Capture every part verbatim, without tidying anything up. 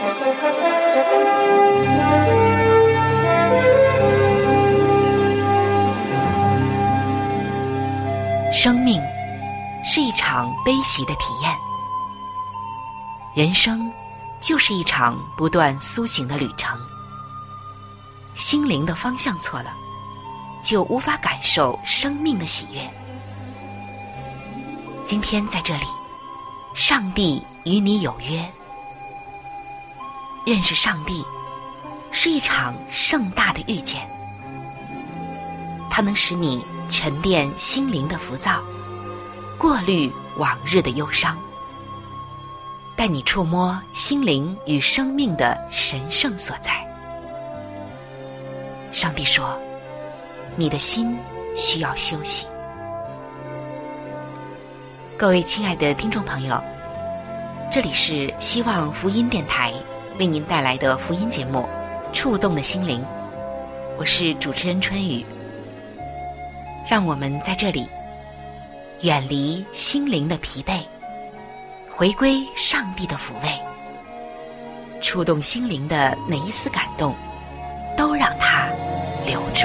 生命是一场悲喜的体验，人生就是一场不断苏醒的旅程。心灵的方向错了，就无法感受生命的喜悦。今天在这里，上帝与你有约。认识上帝是一场盛大的遇见，它能使你沉淀心灵的浮躁，过滤往日的忧伤，带你触摸心灵与生命的神圣所在。上帝说，你的心需要休息。各位亲爱的听众朋友，这里是希望福音电台为您带来的福音节目《触动的心灵》，我是主持人春雨。让我们在这里远离心灵的疲惫，回归上帝的抚慰，触动心灵的每一丝感动，都让它留住。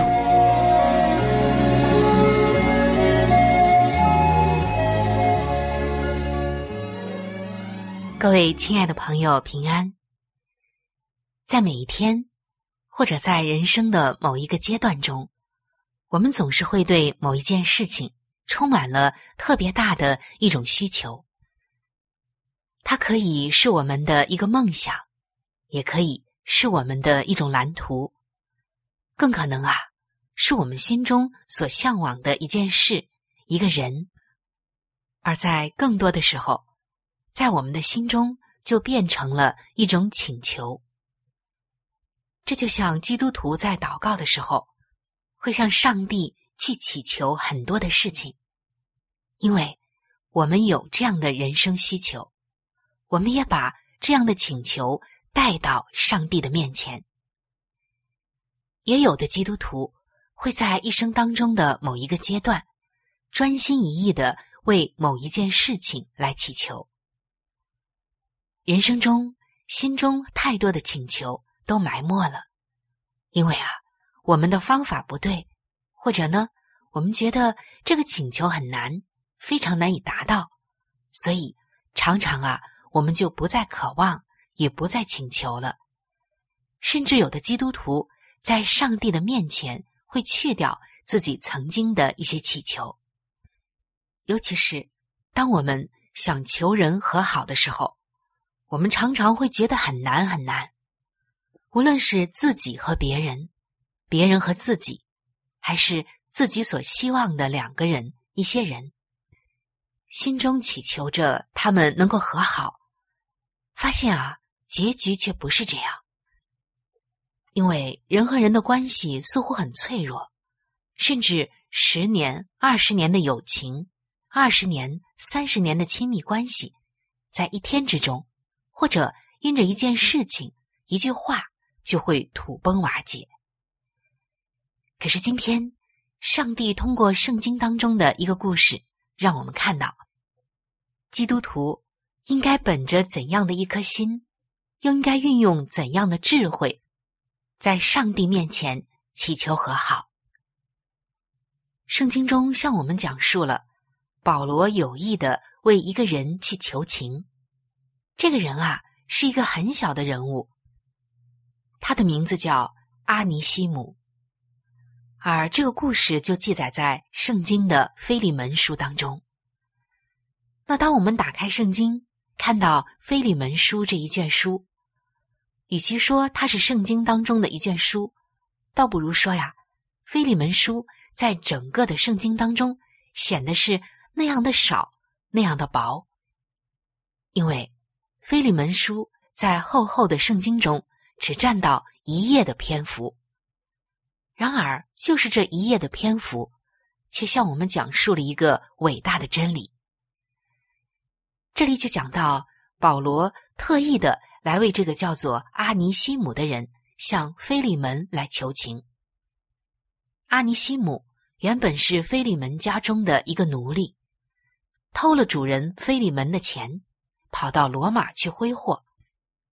各位亲爱的朋友，平安。在每一天，或者在人生的某一个阶段中，我们总是会对某一件事情充满了特别大的一种需求。它可以是我们的一个梦想，也可以是我们的一种蓝图，更可能啊，是我们心中所向往的一件事，一个人。而在更多的时候，在我们的心中就变成了一种请求。这就像基督徒在祷告的时候，会向上帝去祈求很多的事情，因为我们有这样的人生需求，我们也把这样的请求带到上帝的面前。也有的基督徒会在一生当中的某一个阶段，专心一意地为某一件事情来祈求。人生中心中太多的请求都埋没了，因为啊，我们的方法不对，或者呢，我们觉得这个请求很难，非常难以达到，所以常常啊，我们就不再渴望，也不再请求了。甚至有的基督徒在上帝的面前会去掉自己曾经的一些祈求。尤其是当我们想求人和好的时候，我们常常会觉得很难很难。无论是自己和别人，别人和自己，还是自己所希望的两个人，一些人，心中祈求着他们能够和好，发现啊，结局却不是这样。因为人和人的关系似乎很脆弱，甚至十年、二十年的友情，二十年、三十年的亲密关系，在一天之中，或者因着一件事情、一句话，就会土崩瓦解。可是今天，上帝通过圣经当中的一个故事，让我们看到，基督徒应该本着怎样的一颗心，又应该运用怎样的智慧，在上帝面前祈求和好。圣经中向我们讲述了保罗有意地为一个人去求情。这个人啊，是一个很小的人物，他的名字叫阿尼西姆。而这个故事就记载在圣经的腓利门书当中。那当我们打开圣经，看到腓利门书这一卷书，与其说它是圣经当中的一卷书，倒不如说呀，腓利门书在整个的圣经当中显得是那样的少，那样的薄。因为腓利门书在厚厚的圣经中只占到一页的篇幅，然而就是这一页的篇幅，却向我们讲述了一个伟大的真理。这里就讲到保罗特意的来为这个叫做阿尼西姆的人向腓利门来求情。阿尼西姆原本是腓利门家中的一个奴隶，偷了主人腓利门的钱，跑到罗马去挥霍。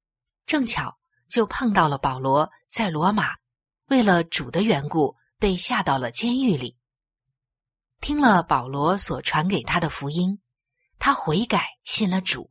正巧就碰到了保罗在罗马为了主的缘故被下到了监狱里。听了保罗所传给他的福音，他悔改信了主。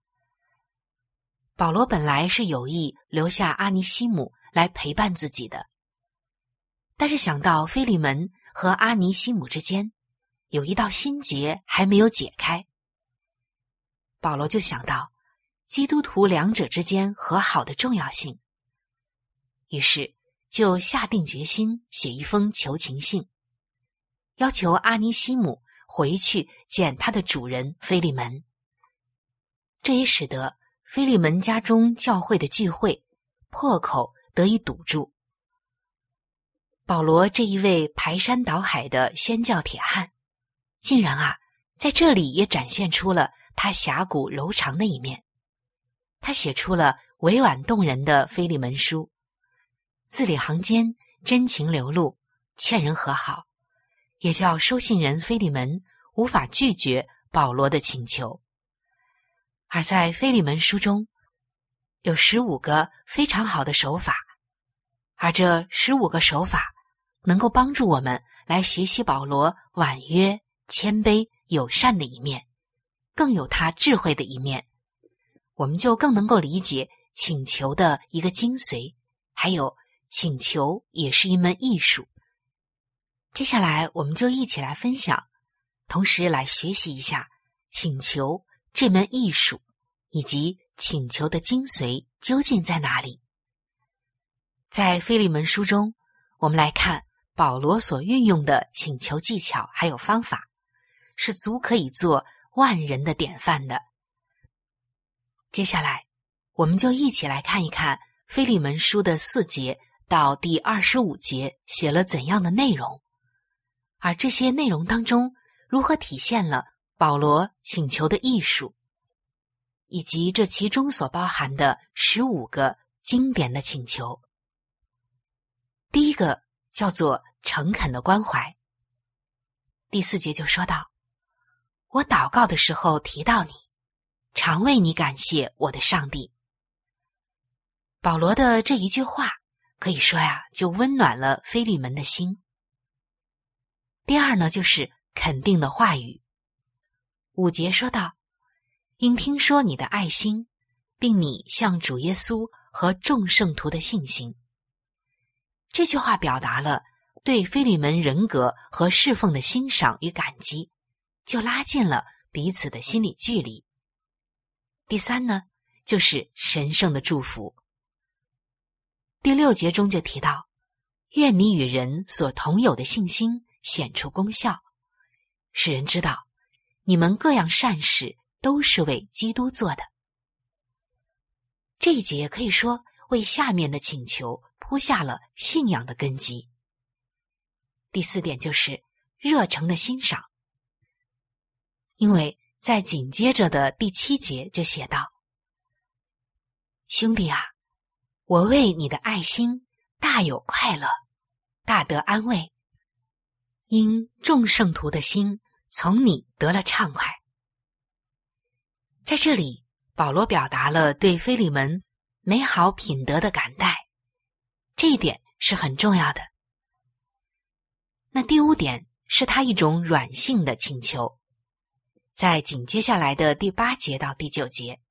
保罗本来是有意留下阿尼西姆来陪伴自己的，但是想到腓利门和阿尼西姆之间有一道心结还没有解开，保罗就想到基督徒两者之间和好的重要性，于是就下定决心写一封求情信，要求阿尼西姆回去见他的主人腓利门。这也使得腓利门家中教会的聚会破口得以堵住。保罗这一位排山倒海的宣教铁汉，竟然啊，在这里也展现出了他侠骨柔肠的一面。他写出了委婉动人的腓利门书，字里行间真情流露，劝人和好，也叫收信人腓利门无法拒绝保罗的请求。而在腓利门书中有十五个非常好的手法，而这十五个手法能够帮助我们来学习保罗婉约、谦卑、友善的一面，更有他智慧的一面，我们就更能够理解请求的一个精髓，还有请求也是一门艺术。接下来我们就一起来分享，同时来学习一下请求这门艺术，以及请求的精髓究竟在哪里。在腓利门书中，我们来看保罗所运用的请求技巧还有方法，是足可以做万人的典范的。接下来我们就一起来看一看腓利门书的四节到第二十五节写了怎样的内容，而这些内容当中如何体现了保罗请求的艺术，以及这其中所包含的十五个经典的请求。第一个叫做诚恳的关怀。第四节就说到，我祷告的时候提到你，常为你感谢我的上帝。保罗的这一句话可以说呀，就温暖了腓利门的心。第二呢，就是肯定的话语。五节说到，因听说你的爱心，并你向主耶稣和众圣徒的信心。这句话表达了对腓利门人格和侍奉的欣赏与感激，就拉近了彼此的心理距离。第三呢，就是神圣的祝福。第六节中就提到，愿你与人所同有的信心显出功效，使人知道你们各样善事都是为基督做的。这一节可以说为下面的请求铺下了信仰的根基。第四点就是热诚的欣赏，因为在紧接着的第七节就写道，兄弟啊，我为你的爱心大有快乐，大得安慰，因众圣徒的心从你得了畅快。在这里，保罗表达了对腓利门美好品德的感戴，这一点是很重要的。那第五点是他一种软性的请求，在紧接下来的第八节到第九节，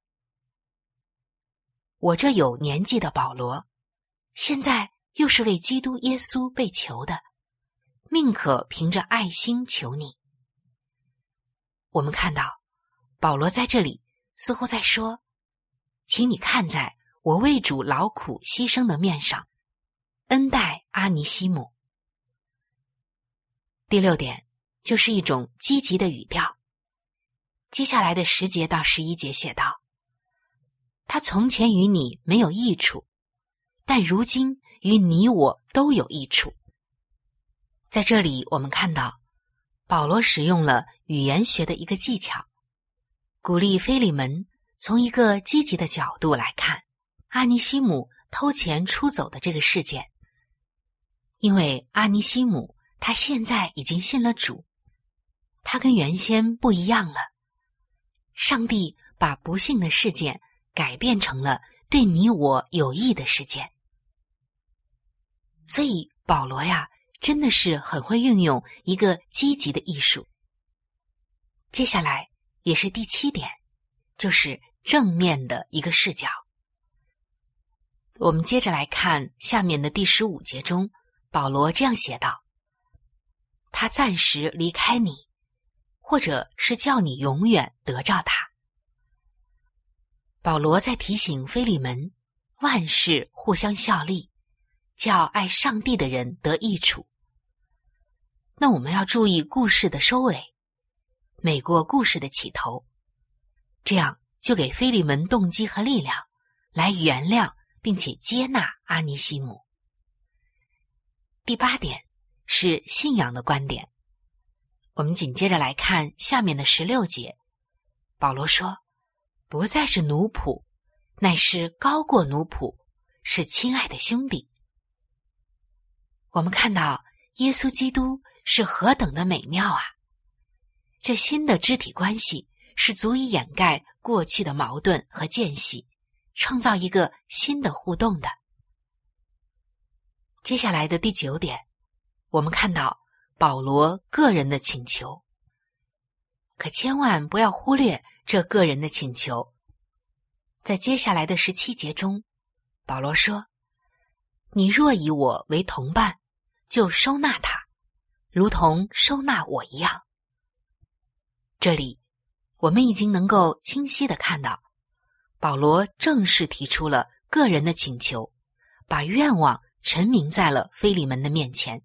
我这有年纪的保罗，现在又是为基督耶稣被求的，宁可凭着爱心求你。我们看到保罗在这里似乎在说，请你看在我为主劳苦牺牲的面上，恩待阿尼西姆。第六点就是一种积极的语调。接下来的十节到十一节写道，他从前与你没有益处，但如今与你我都有益处。在这里我们看到保罗使用了语言学的一个技巧，鼓励腓利门从一个积极的角度来看阿尼西姆偷钱出走的这个事件。因为阿尼西姆他现在已经信了主，他跟原先不一样了，上帝把不幸的事件改变成了对你我有益的事件。所以保罗呀，真的是很会运用一个积极的艺术。接下来也是第七点，就是正面的一个视角。我们接着来看下面的第十五节中，保罗这样写道：他暂时离开你，或者是叫你永远得着他。保罗在提醒腓利门，万事互相效力，叫爱上帝的人得益处。那我们要注意故事的收尾，美过故事的起头，这样就给腓利门动机和力量来原谅并且接纳阿尼西姆。第八点是信仰的观点。我们紧接着来看下面的十六节，保罗说，不再是奴仆，乃是高过奴仆，是亲爱的兄弟。我们看到耶稣基督是何等的美妙啊！这新的肢体关系是足以掩盖过去的矛盾和间隙，创造一个新的互动的。接下来的第九点，我们看到保罗个人的请求，可千万不要忽略这个人的请求。在接下来的十七节中，保罗说，你若以我为同伴，就收纳他，如同收纳我一样。这里我们已经能够清晰地看到，保罗正式提出了个人的请求，把愿望陈明在了腓利门的面前。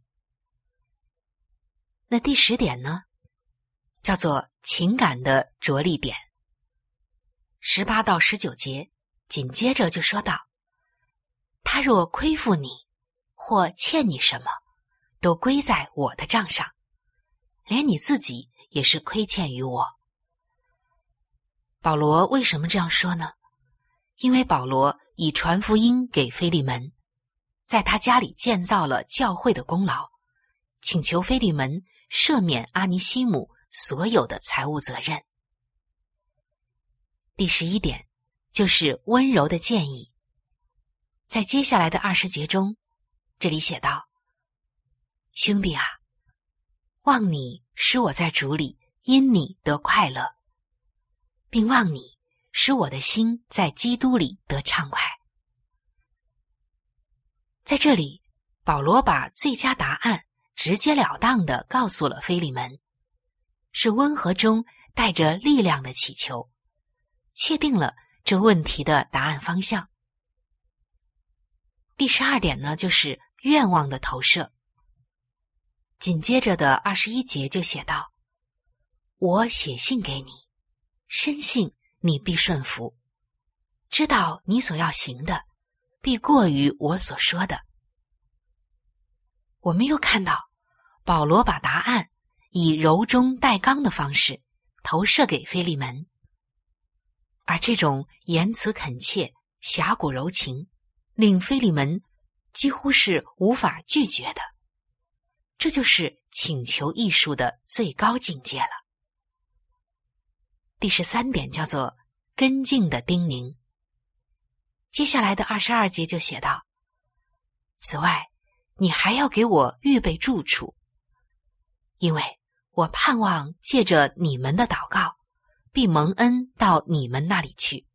那第十点呢，叫做情感的着力点。十八到十九节紧接着就说到，他若亏负你或欠你什么，都归在我的账上，连你自己也是亏欠于我。保罗为什么这样说呢？因为保罗以传福音给腓利门，在他家里建造了教会的功劳，请求腓利门赦免阿尼西姆所有的财务责任。第十一点就是温柔的建议。在接下来的二十节中，这里写道，兄弟啊，望你使我在主里因你得快乐，并望你使我的心在基督里得畅快。在这里，保罗把最佳答案直截了当地告诉了腓利门，是温和中带着力量的祈求，确定了这问题的答案方向。第十二点呢，就是愿望的投射。紧接着的二十一节就写道，我写信给你，深信你必顺服，知道你所要行的必过于我所说的。我们又看到保罗把答案以柔中带刚的方式投射给腓利门，而这种言辞恳切、侠骨柔情，令腓利门几乎是无法拒绝的。这就是请求艺术的最高境界了。第十三点叫做跟进的叮咛。接下来的二十二节就写道，此外，你还要给我预备住处，因为我盼望借着你们的祷告，必蒙恩到你们那里去。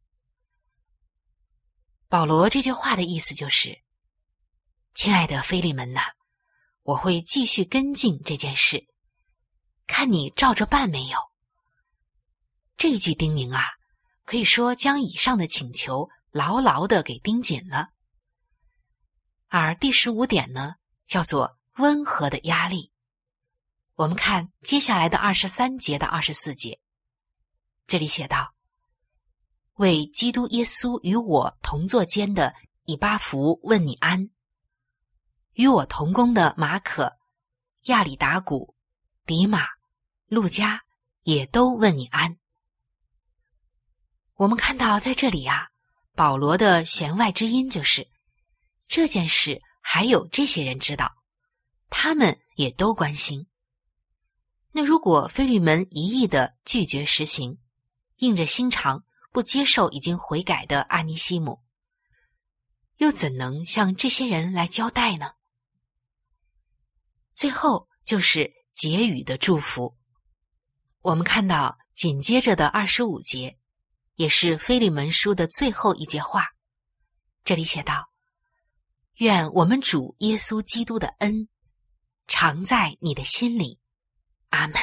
保罗这句话的意思就是，亲爱的腓利门呐，我会继续跟进这件事，看你照着办没有。这一句叮咛啊，可以说将以上的请求牢牢地给盯紧了。而第十五点呢，叫做温和的压力。我们看接下来的二十三节到二十四节，这里写道，为基督耶稣与我同作监的以巴弗问你安，与我同工的马可、亚里达古、迪马、路加也都问你安。我们看到在这里啊，保罗的弦外之音就是这件事还有这些人知道，他们也都关心。那如果腓利门一意地拒绝实行，硬着心肠不接受已经悔改的阿尼西姆， 又怎能向这些人来交代呢？最后就是结语的祝福。我们看到紧接着的二十五节，也是腓利门书的最后一节话，这里写道：愿我们主耶稣基督的恩常在你的心里，阿们。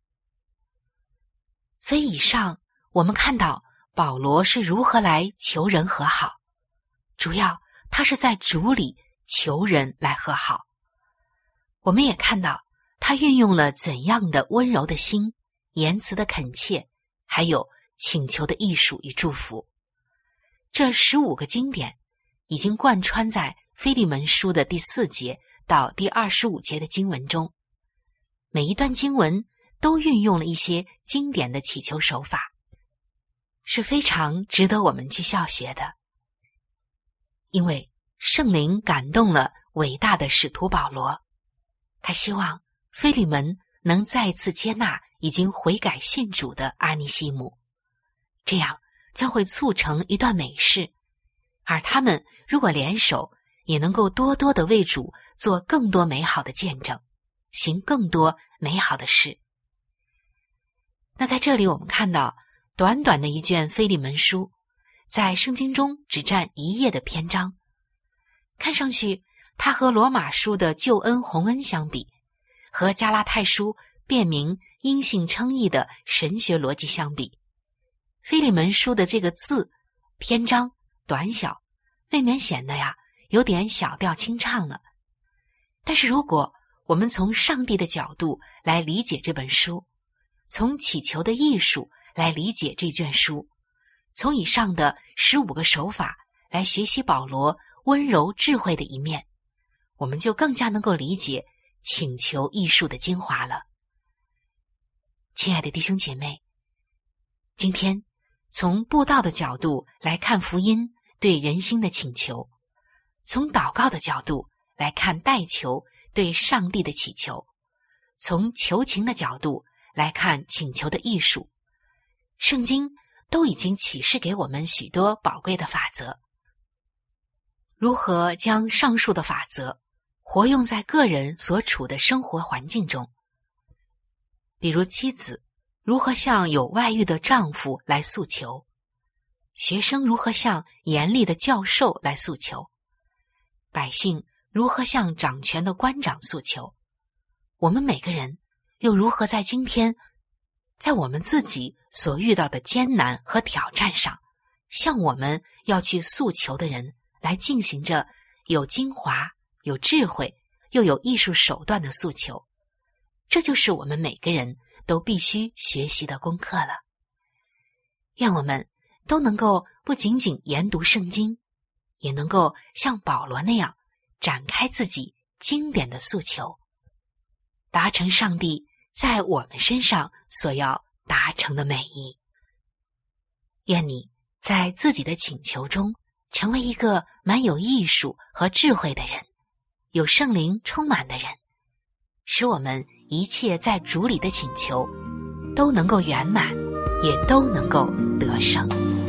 所以以上我们看到保罗是如何来求人和好，主要他是在主里求人来和好。我们也看到他运用了怎样的温柔的心、言辞的恳切，还有请求的艺术与祝福。这十五个经典已经贯穿在腓利门书的第四节到第二十五节的经文中，每一段经文都运用了一些经典的祈求手法，是非常值得我们去效学的。因为圣灵感动了伟大的使徒保罗，他希望腓利门能再次接纳已经悔改信主的阿尼西姆，这样将会促成一段美事，而他们如果联手，也能够多多的为主做更多美好的见证，行更多美好的事。那在这里我们看到短短的一卷腓利门书，在圣经中只占一页的篇章，看上去它和罗马书的救恩洪恩相比，和加拉太书辨明因信称义的神学逻辑相比，腓利门书的这个字篇章短小，未免显得呀有点小调清唱了。但是如果我们从上帝的角度来理解这本书，从祈求的艺术来理解这卷书，从以上的十五个手法来学习保罗温柔智慧的一面，我们就更加能够理解请求艺术的精华了。亲爱的弟兄姐妹，今天从布道的角度来看福音对人心的请求，从祷告的角度来看代求对上帝的祈求，从求情的角度来看请求的艺术，圣经都已经启示给我们许多宝贵的法则。如何将上述的法则活用在个人所处的生活环境中，比如妻子如何向有外遇的丈夫来诉求，学生如何向严厉的教授来诉求，百姓如何向掌权的官长诉求，我们每个人又如何在今天在我们自己所遇到的艰难和挑战上，向我们要去诉求的人来进行着有精华、有智慧又有艺术手段的诉求。这就是我们每个人都必须学习的功课了。愿我们都能够不仅仅研读圣经，也能够像保罗那样展开自己经典的诉求，达成上帝在我们身上所要达成的美意。愿你在自己的请求中成为一个蛮有艺术和智慧的人，有圣灵充满的人，使我们一切在主里的请求都能够圆满，也都能够得胜。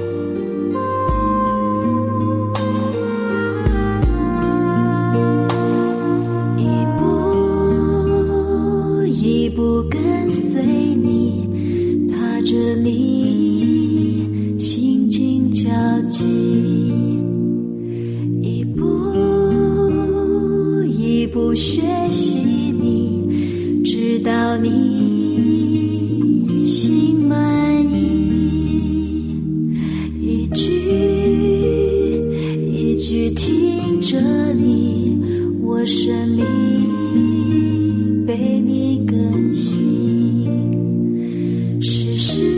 一步一步跟随你，踏着你心境交集，一步一步学习你，直到你心满意，一句一句听着你，我生命被你更新，时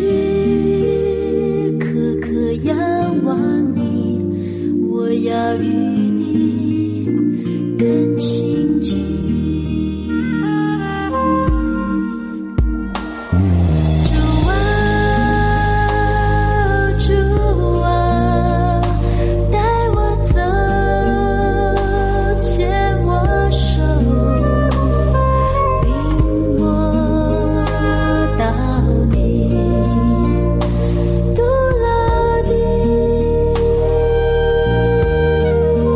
时刻刻仰望你，我要与你更亲近。主啊，主啊，带我走，牵我手，领我到你独乐地。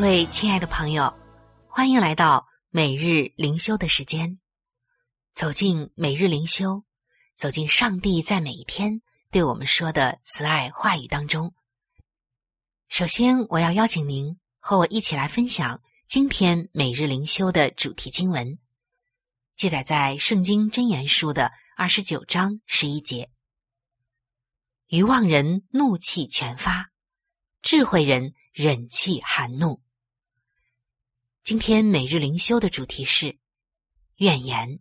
位亲爱的朋友，欢迎来到每日灵修的时间。走进每日灵修，走进上帝在每一天对我们说的慈爱话语当中。首先，我要邀请您和我一起来分享今天每日灵修的主题经文，记载在圣经箴言书的二十九章十一节。愚妄人怒气全发，智慧人忍气含怒。今天每日灵修的主题是怨言。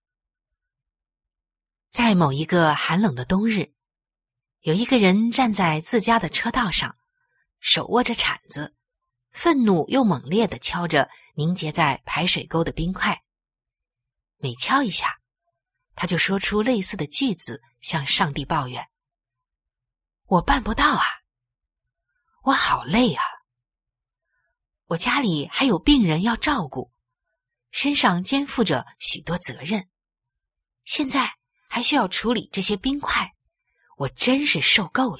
在某一个寒冷的冬日，有一个人站在自家的车道上，手握着铲子，愤怒又猛烈地敲着凝结在排水沟的冰块。每敲一下，他就说出类似的句子，向上帝抱怨：我办不到啊，我好累啊，我家里还有病人要照顾，身上肩负着许多责任，现在还需要处理这些冰块，我真是受够了。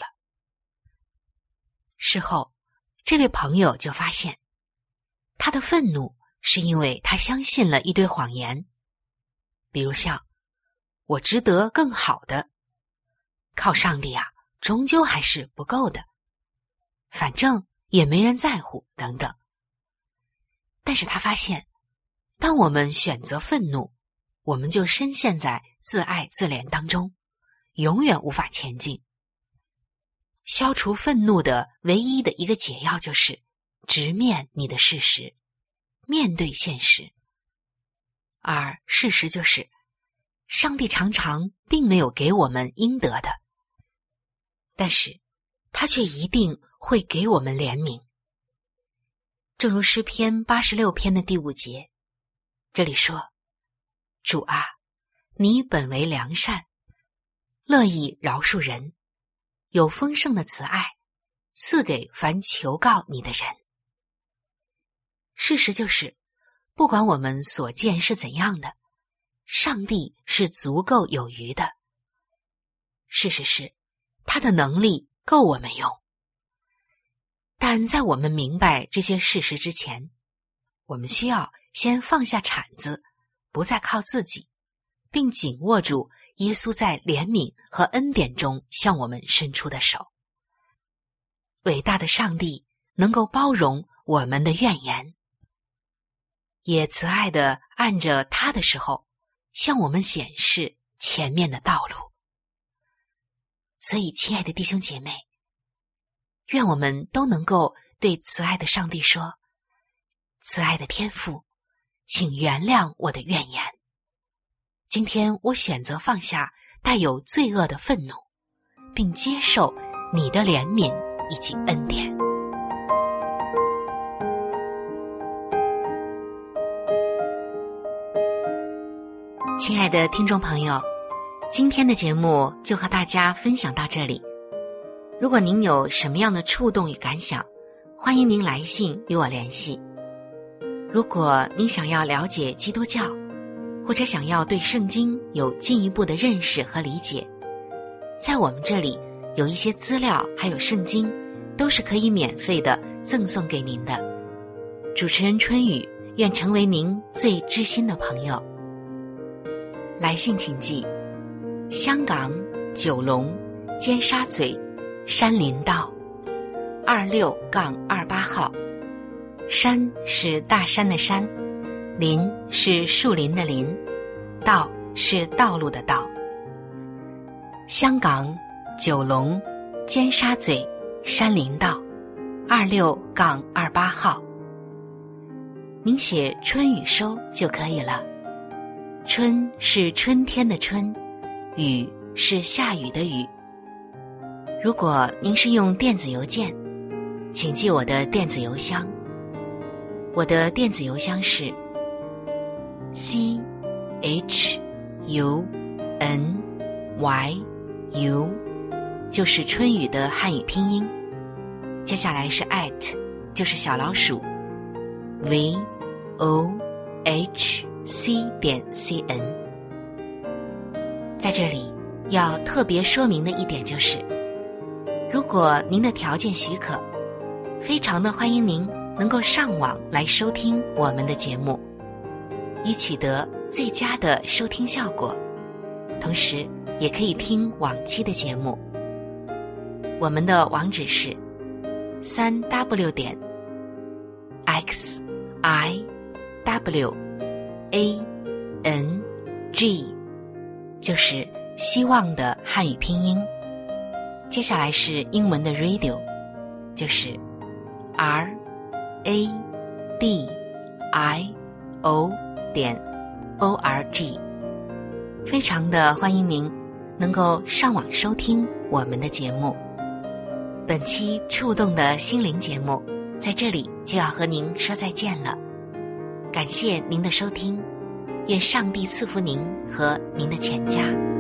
事后，这位朋友就发现，他的愤怒是因为他相信了一堆谎言，比如像我值得更好的，靠上帝啊，终究还是不够的，反正也没人在乎等等。但是他发现，当我们选择愤怒，我们就深陷在自爱自怜当中，永远无法前进。消除愤怒的唯一的一个解药就是直面你的事实，面对现实。而事实就是，上帝常常并没有给我们应得的，但是他却一定会给我们怜悯。正如诗篇八十六篇的第五节，这里说：主啊，你本为良善，乐意饶恕人，有丰盛的慈爱，赐给凡求告你的人。事实就是，不管我们所见是怎样的，上帝是足够有余的。事实是，他的能力够我们用。但在我们明白这些事实之前，我们需要先放下铲子，不再靠自己，并紧握住耶稣在怜悯和恩典中向我们伸出的手。伟大的上帝能够包容我们的怨言，也慈爱地按着他的时候向我们显示前面的道路。所以，亲爱的弟兄姐妹，愿我们都能够对慈爱的上帝说：慈爱的天父，请原谅我的怨言。今天我选择放下带有罪恶的愤怒，并接受你的怜悯以及恩典。亲爱的听众朋友，今天的节目就和大家分享到这里。如果您有什么样的触动与感想，欢迎您来信与我联系。如果您想要了解基督教，或者想要对圣经有进一步的认识和理解，在我们这里有一些资料还有圣经都是可以免费的赠送给您的。主持人春雨愿成为您最知心的朋友。来信请寄香港九龙尖沙咀山林道二六杠二八号，山是大山的山，林是树林的林，道是道路的道。香港九龙尖沙咀山林道二六杠二八号，您写春雨收就可以了。春是春天的春，雨是下雨的雨。如果您是用电子邮件，请记我的电子邮箱。我的电子邮箱是 c h u n y u， 就是春雨的汉语拼音，接下来是 at， 就是小老鼠 v o h c 点 c n。 在这里要特别说明的一点就是，如果您的条件许可，非常的欢迎您能够上网来收听我们的节目，以取得最佳的收听效果，同时也可以听往期的节目。我们的网址是三 w 点 x i w a n g， 就是希望的汉语拼音。接下来是英文的 radio， 就是 r a d i o 点 o r g。 非常的欢迎您能够上网收听我们的节目。本期触动的心灵节目在这里就要和您说再见了，感谢您的收听，愿上帝赐福您和您的全家。